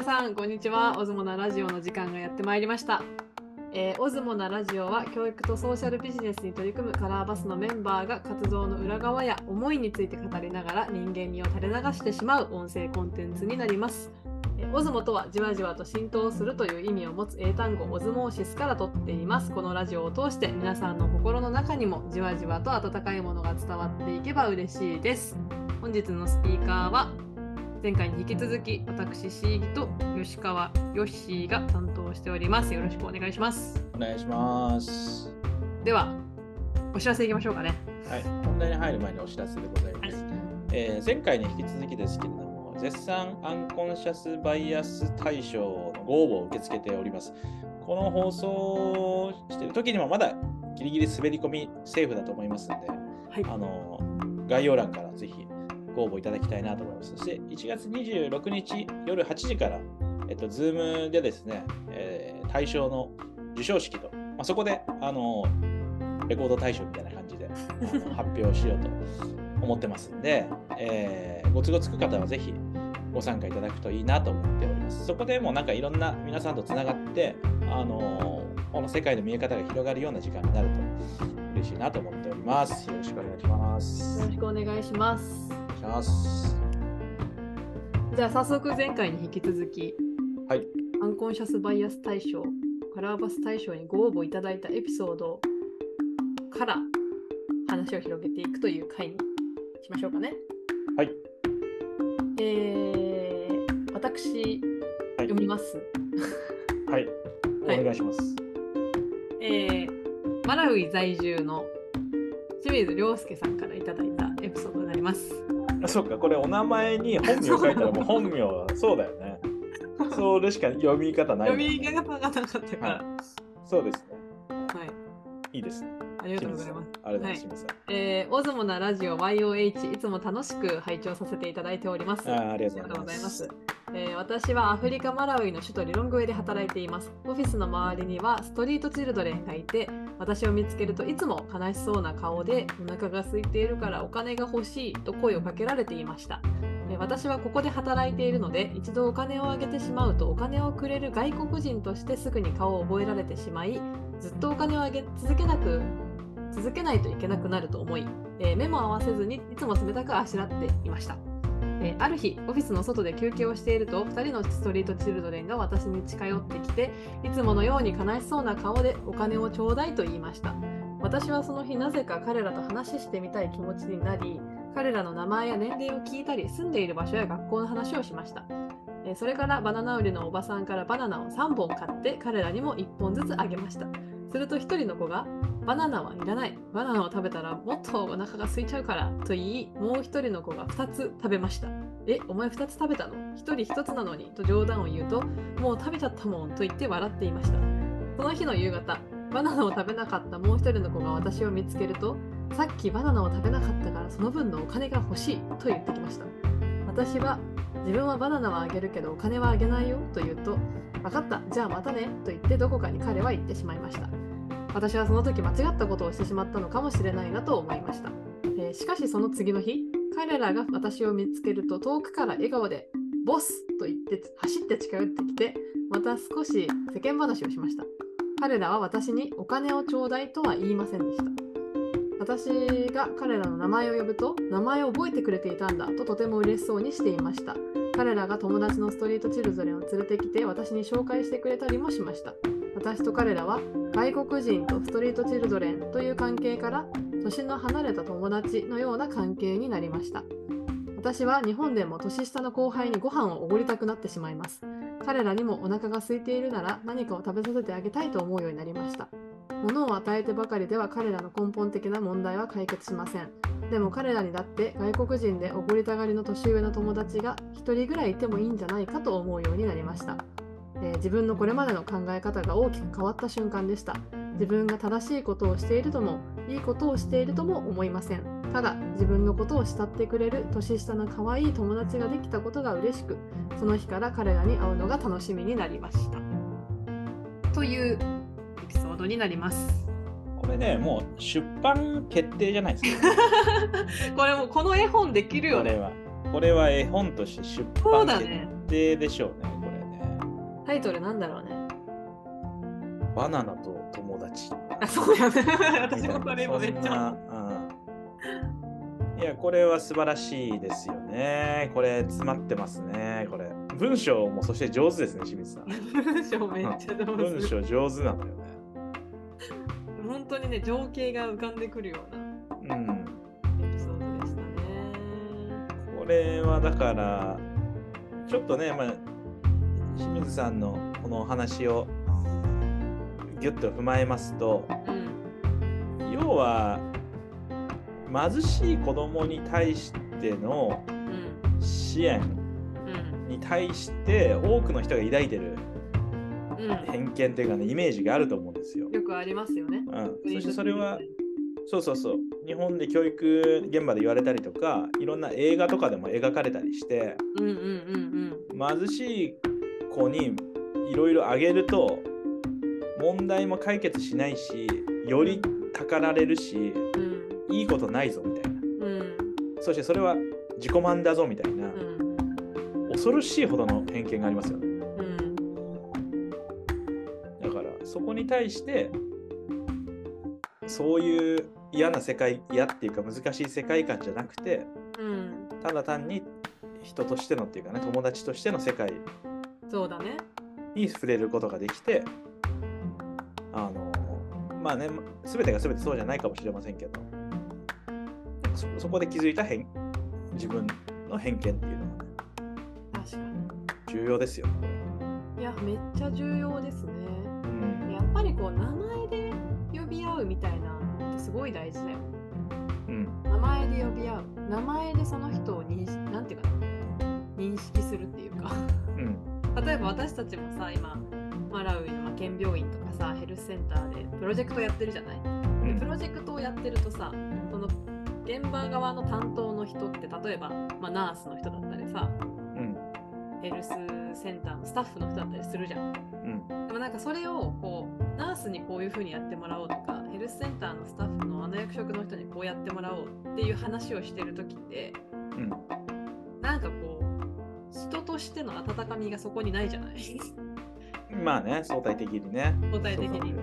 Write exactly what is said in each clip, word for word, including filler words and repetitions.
さんこんにちは。オズモナラジオの時間がやってまいりました。えー、オズモナラジオは教育とソーシャルビジネスに取り組むカラーバスのメンバーが活動の裏側や思いについて語りながら人間味を垂れ流してしまう音声コンテンツになります。えー、オズモとはじわじわと浸透するという意味を持つ英単語オズモーシスから取っています。このラジオを通して皆さんの心の中にもじわじわと温かいものが伝わっていけば嬉しいです。本日のスピーカーは前回に引き続き私シーギと吉川ヨッシーが担当しております。よろしくお願いします。 お願いします。 ではお知らせいきましょうかね。 はい、本題に入る前にお知らせでございます。はい、えー、前回に引き続きですけれども、絶賛アンコンシャスバイアス大賞のご応募を受け付けております。この放送している時にもまだギリギリ滑り込みセーフだと思いますので、はい、あの概要欄からぜひご応募いただきたいなと思います。そしていちがつにじゅうろくにち夜はちじから、えっと、Zoom でですね、えー、大賞の授賞式と、まあ、そこであのレコード大賞みたいな感じで発表しようと思ってますんで、えー、ご都合つく方はぜひご参加いただくといいなと思っております。そこでもなんかいろんな皆さんとつながって、あのこの世界の見え方が広がるような時間になると嬉しいなと思っております。よろしくお願いします。 よろしくお願いします。じゃあ早速前回に引き続き、 はい、 アンコンシャスバイアス大賞、カラーバス大賞にご応募いただいたエピソードから話を広げていくという回にしましょうかね。 はい。 えー、私、はい、読みます。 はい。お願いします。 はい、えー、マラウイ在住の清水亮介さんからいただいたエピソードになります。 そうか、これお名前に本名書いたらもう本名はそうだよね。それしか読み方ない、 ね。読み方がなかったから、はい。 そうですね。 はい。 いいですね。 ありがとうございます。 ありがとうございます。はい、 えー、オズモナラジオ ワイオーエイチ いつも楽しく拝聴させていただいております。 あ, ありがとうございます。 えー、私はアフリカマラウイの首都リロングウェで働いています。オフィスの周りにはストリートチルドレンがいて、私を見つけるといつも悲しそうな顔でお腹が空いているからお金が欲しいと声をかけられていました。えー、私はここで働いているので、一度お金をあげてしまうとお金をくれる外国人としてすぐに顔を覚えられてしまい、ずっとお金をあげ続けなく続けないといけなくなると思い、えー、目も合わせずにいつも冷たくあしらっていました。えー、ある日オフィスの外で休憩をしているとふたりのストリートチルドレンが私に近寄ってきて、いつものように悲しそうな顔でお金をちょうだいと言いました。私はその日なぜか彼らと話してみたい気持ちになり、彼らの名前や年齢を聞いたり住んでいる場所や学校の話をしました。えー、それからバナナ売りのおばさんからバナナをさんぼん買って彼らにもいっぽんずつあげました。するとひとりの子がバナナはいらない。バナナを食べたらもっとお腹が空いちゃうからと言い、もう一人の子がふたつ食べました。え、お前ふたつ食べたの？ひとりひとつなのにと冗談を言うと、もう食べちゃったもんと言って笑っていました。その日の夕方、バナナを食べなかったもう一人の子が私を見つけると、さっきバナナを食べなかったからその分のお金が欲しいと言ってきました。私は、自分はバナナはあげるけどお金はあげないよと言うと、分かった、じゃあまたねと言ってどこかに彼は行ってしまいました。私はその時間違ったことをしてしまったのかもしれないなと思いました。えー、しかしその次の日、彼らが私を見つけると遠くから笑顔でボスと言って走って近寄ってきて、また少し世間話をしました。彼らは私にお金をちょうだいとは言いませんでした。私が彼らの名前を呼ぶと、名前を覚えてくれていたんだととても嬉しそうにしていました。彼らが友達のストリートチルドレンを連れてきて私に紹介してくれたりもしました。私と彼らは外国人とストリートチルドレンという関係から年の離れた友達のような関係になりました。私は日本でも年下の後輩にご飯をおごりたくなってしまいます。彼らにもお腹が空いているなら何かを食べさせてあげたいと思うようになりました。物を与えてばかりでは彼らの根本的な問題は解決しません。でも彼らにだって外国人でおごりたがりの年上の友達がひとりぐらいいてもいいんじゃないかと思うようになりました。えー、自分のこれまでの考え方が大きく変わった瞬間でした。自分が正しいことをしているともいいことをしているとも思いません。ただ自分のことを慕ってくれる年下の可愛い友達ができたことが嬉しく、その日から彼らに会うのが楽しみになりましたというエピソードになります。 これね、もう出版決定じゃないですか。 これもうこの絵本できるよね。 これはこれは絵本として出版決定でしょうね。これね。 タイトルなんだろうね。 バナナと友達。 あ、そうやね。私もこれもめっちゃ。 いや、これは素晴らしいですよね。これ詰まってますね。これ。文章もそして上手ですね、清水さん。 文章めっちゃ上手。 文章上手なんだよね。 本当にね、情景が浮かんでくるような、うん、エピソードでしたね。 これはだから、ちょっとね、まあ、清水さんのこのお話をギュッと踏まえますと、うん、要は貧しい子供に対しての支援に対して多くの人が抱いてる偏見というかね、イメージがあると思うんですよ。 よくありますよね。 うん、そしてそれはそうそうそう、日本で教育現場で言われたりとか、いろんな映画とかでも描かれたりして、うんうんうんうん、貧しい子にいろいろあげると問題も解決しないし、よりたかられるし、うん、いいことないぞみたいな、うん、そしてそれは自己満だぞみたいな、うん、恐ろしいほどの偏見がありますよね、うん、だからそこに対してそういう嫌な世界、嫌っていうか難しい世界観じゃなくて、うん、ただ単に人としてのっていうかね、友達としての世界そうだねに触れることができて、あのまあね、全てが全てそうじゃないかもしれませんけど、そ, そこで気づいた偏自分の偏見っていうのはね、 確かに重要ですよ。 いや、めっちゃ重要ですね、うん、やっぱりこう名前で呼び合うみたいなのってすごい大事だよ、うん、名前で呼び合う、名前でその人を認識、なんていうかな、認識するっていうか、うん、例えば私たちもさ、今マラウイの県病院とかさ、ヘルスセンターでプロジェクトやってるじゃない、うん、でプロジェクトをやってるとさ、その現場側の担当の人って例えば、まあ、ナースの人だったりさ、うん、ヘルスセンターのスタッフの人だったりするじゃん、うん、でもなんかそれをこうナースにこういう風にやってもらおうとか、ヘルスセンターのスタッフのあの役職の人にこうやってもらおうっていう話をしてるときって、うん、なんかこう人としての温かみがそこにないじゃないまあね、相対的にね。 相対的に。うん、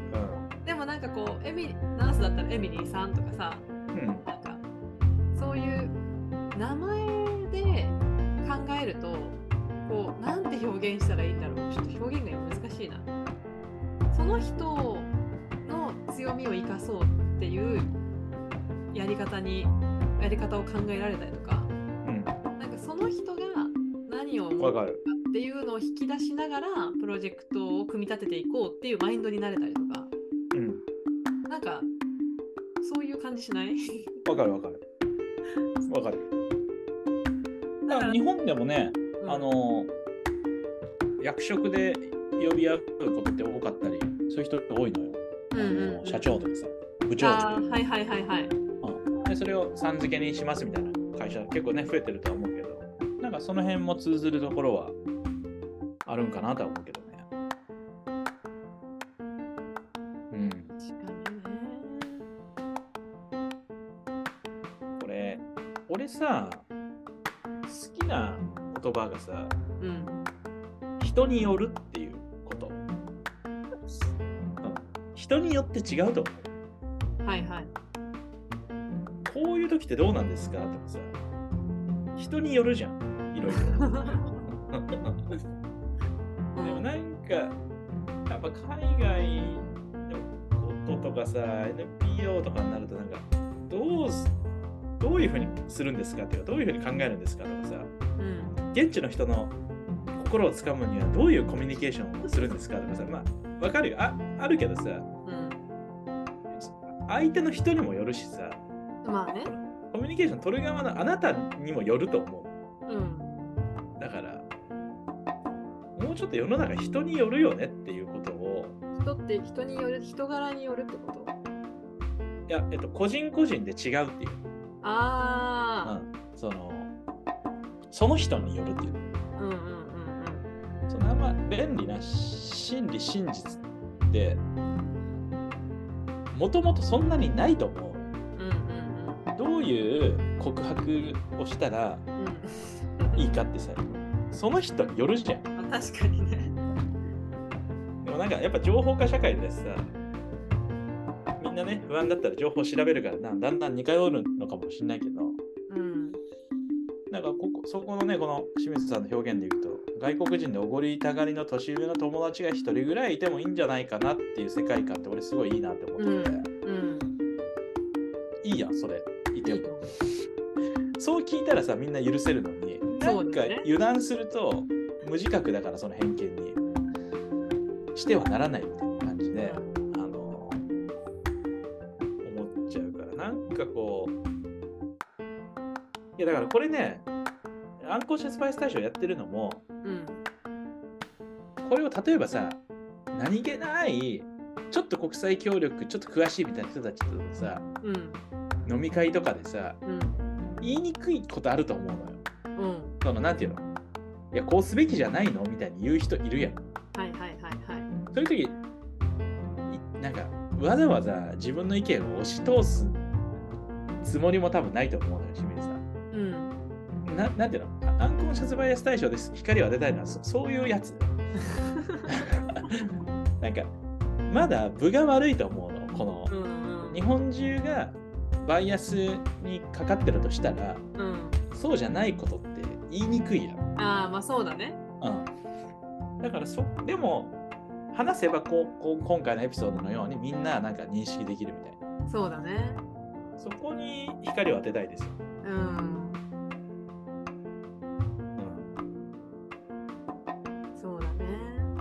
でもなんかこうエミナースだったらエミリーさんとかさ、うん、なんかそういう名前で考えると、こうなんて表現したらいいんだろう。ちょっと表現が難しいな。その人の強みを生かそうっていうやり方にやり方を考えられたりとか、うん、なんかその人が何を思うかっていうのを引き出しながらプロジェクトを組み立てていこうっていうマインドになれたりとか、うん、なんかそういう感じしない？ わかるわかるわかる。だから日本でもね、うん、あの役職で呼び合うことって多かったり、そういう人って多いのよ、うんうんうん、社長とかさ、部長とか、 はいはいはいはい、 うん、でそれをさん付けにしますみたいな会社結構ね増えてるとは思うけど、なんかその辺も通ずるところはあるんかなとは思うけどね。うん。確かにね。これ、俺さ、好きな言葉がさ、うん、人によるっていうこと。うん、人によって違うと思う。はいはい。 こういう時ってどうなんですかとかさ、人によるじゃん。いろいろ。でもなんかやっぱ海外のこととかさ エヌピーオー とかになるとなんかどうどういうふうにするんですかっていうか、どういうふうに考えるんですかとかさ、うん、現地の人の心をつかむにはどういうコミュニケーションをするんですかとかさ、まあわかるよ、 あ, あるけどさ、うん、相手の人にもよるしさ、 まあね、 コミュニケーション取る側のあなたにもよると思う、うん、だからもうちょっと世の中人によるよねっていうことを。 人って人による、人柄によるってこと？ いや、えっと、個人個人で違うっていう。 ああ、 うん、そのその人によるっていう。うんうんうんうん。そのあんま便利な真理真実ってもともとそんなにないと思う。うんうんうん。どういう告白をしたらいいかってさ、その人によるじゃん。 確かにね。 なんかやっぱ情報化社会でさ、みんなね、不安だったら情報調べるからな、だんだん似通るのかもしれないけど、 うん、 なんかここそこのね、この清水さんの表現で言うと、外国人でおごりたがりの年上の友達が一人ぐらいいてもいいんじゃないかなっていう世界観って俺すごいいいなって思ってて、 うんうん、 いいやん、それ、いても。 いいと思う。 そう聞いたらさ、みんな許せるのに、なんか油断すると無自覚だからその偏見にしてはならないみたいな感じで、あの思っちゃうから、なんかこう、いやだからこれね、アンコンシャスバイアス大賞やってるのも、 うん、 これを例えばさ、何気ないちょっと国際協力ちょっと詳しいみたいな人たちとさ、 うん、 飲み会とかでさ、 うん、 言いにくいことあると思うのよ。 うん、 そのなんていうの、いやこうすべきじゃないのみたいに言う人いるやん。 はいはいはいはい。 そういう時、なんかわざわざ自分の意見を押し通すつもりも多分ないと思うのよ、清水さん。 うん。 な, なんていうの、アンコンシャスバイアス大賞で光を当てたいのは そ, そういうやつ。なんかまだ分が悪いと思うの、この、うんうん、日本中がバイアスにかかってるとしたら、うん、そうじゃないことって言いにくいやん。 ああ、まあそうだね。 うん。だからそ、でも話せばこう、こう今回のエピソードのようにみんななんか認識できるみたいな。 そうだね。 そこに光を当てたいですよ。うん。うん、 そうだね。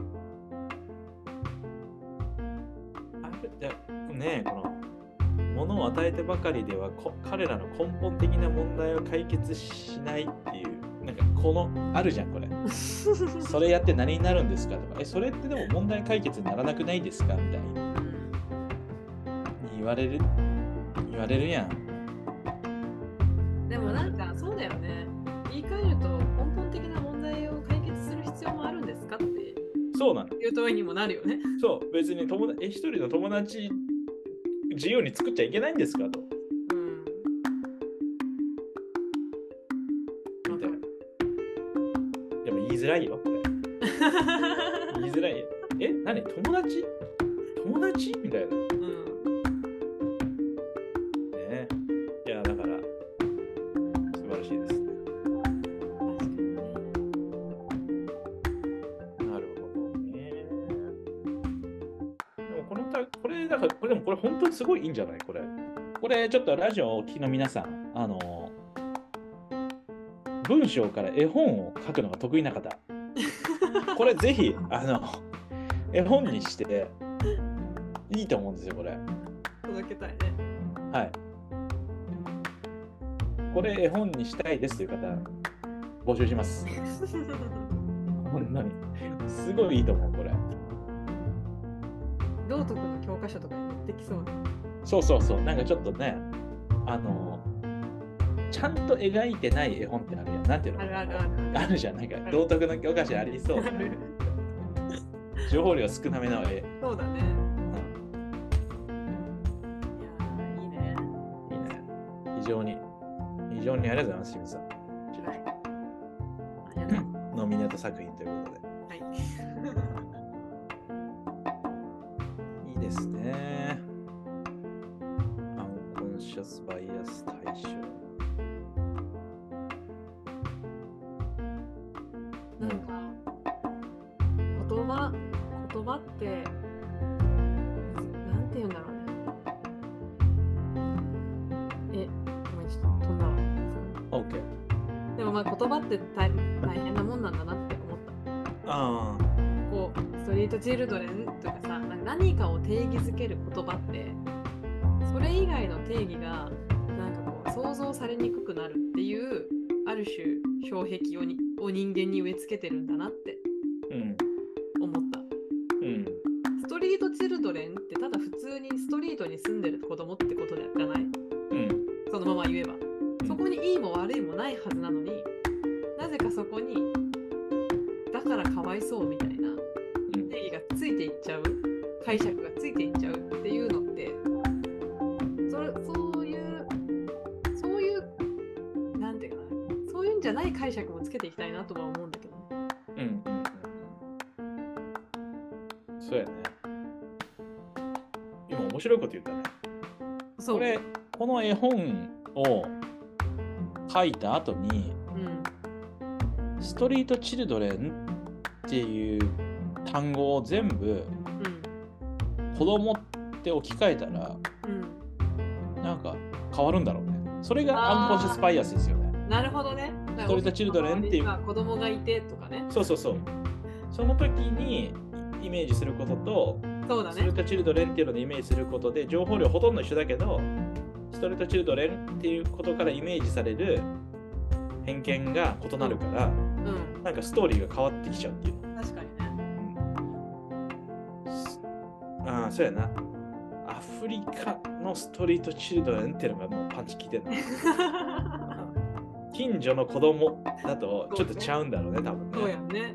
あれね、この物を与えてばかりではこ彼らの根本的な問題を解決しないっていう、なんかこのあるじゃんこれ。それやって何になるんですかとか、えそれってでも問題解決にならなくないですかみたいな言われる言われるやん。 でもなんかそうだよね。言い換えると根本的な問題を解決する必要もあるんですかってそうなのいう問いにもなるよね。 そう別に友達え一人の友達自由に作っちゃいけないんですかと。うん。みたいな。でも言いづらいよこれ。言いづらいよ。え何友達友達みたいな。うん。ねいやだから素晴らしいですね。確かにね。なるほどね。でもこのたこれだからこれでもこれ本当にすごいいいんじゃないこれ。これちょっとラジオをお聞きの皆さん、あの文章から絵本を書くのが得意な方、これぜひあの絵本にしていいと思うんですよこれ。 届けたいね。 はい。これ絵本にしたいですという方募集します。本当にすごいいいと思うこれ。 道徳の教科書とかに載ってきそうね。 そうそうそう、なんかちょっとね、あのちゃんと描いてない絵本ってあるやん。なんていうの？ あるあるある。 あるじゃん。なんか道徳の教科書ありそう。情報量少なめの絵。 そうだね。うん、いやーいいね。 いいね。非常に非常にありがとうございます、清水さん。はい。ありがとう。ノミネート作品ということで。はい。いいですね。アンコンシャスバイアス対象。 なんか言葉言葉ってなんて言うんだろうね。え、ごめんちょっと飛んだわ。 オッケー。 でもまあ言葉って 大, 大変なもんなんだなって思った。ああ。こうストリートチルドレンとかさ、何かを定義づける言葉ってそれ以外の定義がなんかこう想像されにくくなるっていうある種障壁をにを人間に植え付けてるんだなって思った、うんうん、ストリートチルドレンってただ普通にストリートに住んでる子供ってことじゃない、うん、そのまま言えば、うん、そこにいいも悪いもないはずなのになぜかそこにだからかわいそうみたいな定義がついていっちゃう、解釈がついていっちゃうっていうのってそれそういうそういうなんていうかな、そういうんじゃない解釈もつけていきたいなとは思うんだけどね。うんうんうん。 そうやね。今面白いこと言ったね。 そう。 これ、この絵本を書いた後に、 うん、 ストリートチルドレンっていう単語を全部、うん、子供って置き換えたら、うん、なんか変わるんだろうね。それがアンコンシャスバイアスですよね。 なるほどね。 ストリートチルドレンっていう。 子供がいてとかね。 そうそうそう。その時にイメージすることと、 そうだね、 ストリートチルドレンっていうのでイメージすることで、情報量ほとんど一緒だけど、ストリートチルドレンっていうことからイメージされる偏見が異なるから、うん、なんかストーリーが変わってきちゃうっていうの。 確かにね。 うん、ああ、そうやな。アフリカのストリートチルドレンっていうのがもうパンチ効いてるの。近所の子供だとちょっとちゃうんだろうね、多分ね。 そうやね。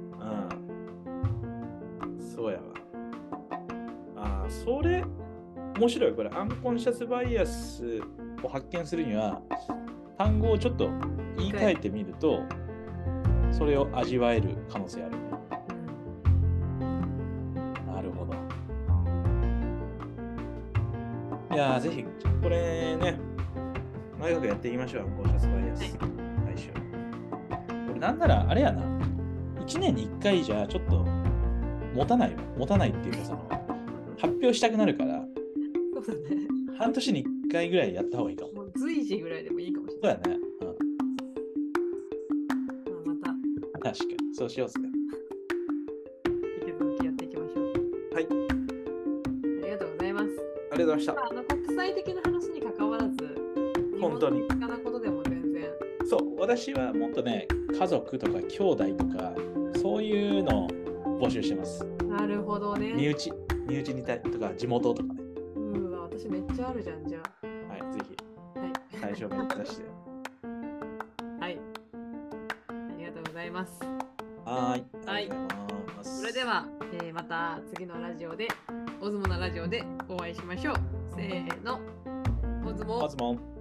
うん。そうやわ。ああ、それ、面白い。これ、アンコンシャスバイアスを発見するには、単語をちょっと言い換えてみると、それを味わえる可能性ある。なるほど。いやー、ぜひ、これね、長くやっていきましょう、アンコンシャスバイアス。はい、来週。これ、なんなら、あれやな、いちねんにいっかいじゃちょっと持たないわ。持たないっていうか、その、発表したくなるから、 そうだね。 半年にいっかいぐらいやった方がいいかも。 もう随時ぐらいでもいいかもしれない。 そうやね。 うん。また。 確かに。そうしようぜ。 引き続きやっていきましょう。 はい。 ありがとうございます。 ありがとうございました。 まあ、あの国際的な話に関わらず、 本当に。 日本的なことでも全然。 そう、私はもっとね、家族とか兄弟とか、そういうのを募集してます。 なるほどね。 身内、身内にたとか地元とかね。 うん、私めっちゃあるじゃん、じゃあ。はい、ぜひ。 はい。 対象面目指して。 はい。ありがとうございます。 はい。 はい。それでは、えー、また次のラジオで、オズモのラジオでお会いしましょう。せーの。オズモ。 オズモ。